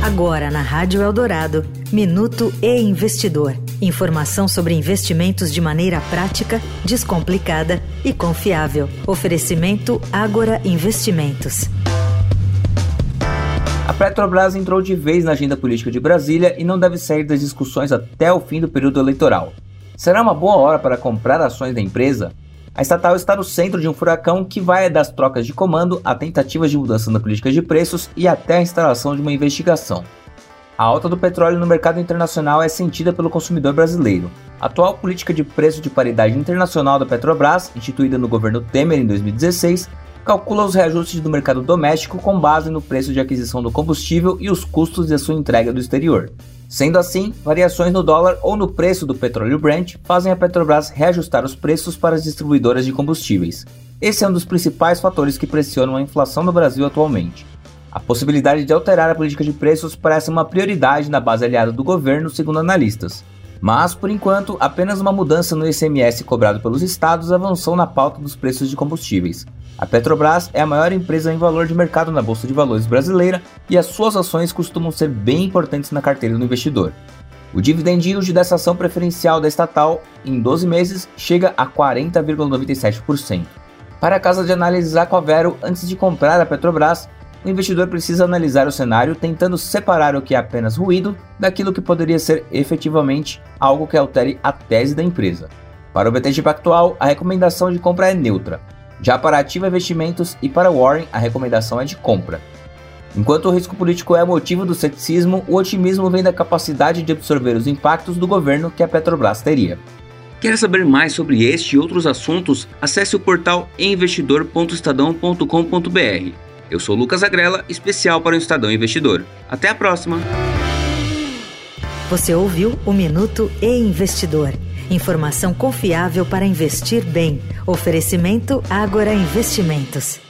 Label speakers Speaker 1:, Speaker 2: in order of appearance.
Speaker 1: Agora na Rádio Eldorado, Minuto e-Investidor. Informação sobre investimentos de maneira prática, descomplicada e confiável. Oferecimento Ágora Investimentos.
Speaker 2: A Petrobras entrou de vez na agenda política de Brasília e não deve sair das discussões até o fim do período eleitoral. Será uma boa hora para comprar ações da empresa? A estatal está no centro de um furacão que vai das trocas de comando a tentativas de mudança na política de preços e até a instalação de uma investigação. A alta do petróleo no mercado internacional é sentida pelo consumidor brasileiro. A atual política de preço de paridade internacional da Petrobras, instituída no governo Temer em 2016, calcula os reajustes do mercado doméstico com base no preço de aquisição do combustível e os custos de sua entrega do exterior. Sendo assim, variações no dólar ou no preço do petróleo Brent fazem a Petrobras reajustar os preços para as distribuidoras de combustíveis. Esse é um dos principais fatores que pressionam a inflação no Brasil atualmente. A possibilidade de alterar a política de preços parece uma prioridade na base aliada do governo, segundo analistas. Mas, por enquanto, apenas uma mudança no ICMS cobrado pelos estados avançou na pauta dos preços de combustíveis. A Petrobras é a maior empresa em valor de mercado na Bolsa de Valores brasileira e as suas ações costumam ser bem importantes na carteira do investidor. O dividend yield dessa ação preferencial da estatal, em 12 meses, chega a 40,97%. Para a casa de análise Aquavero, antes de comprar a Petrobras, o investidor precisa analisar o cenário tentando separar o que é apenas ruído daquilo que poderia ser efetivamente algo que altere a tese da empresa. Para o BTG Pactual, a recomendação de compra é neutra. Já para a Ativa Investimentos e para Warren, a recomendação é de compra. Enquanto o risco político é motivo do ceticismo, o otimismo vem da capacidade de absorver os impactos do governo que a Petrobras teria.
Speaker 3: Quer saber mais sobre este e outros assuntos? Acesse o portal investidor.estadão.com.br. Eu sou Lucas Agrela, especial para o Estadão Investidor. Até a próxima!
Speaker 1: Você ouviu o Minuto e-Investidor. Informação confiável para investir bem. Oferecimento Ágora Investimentos.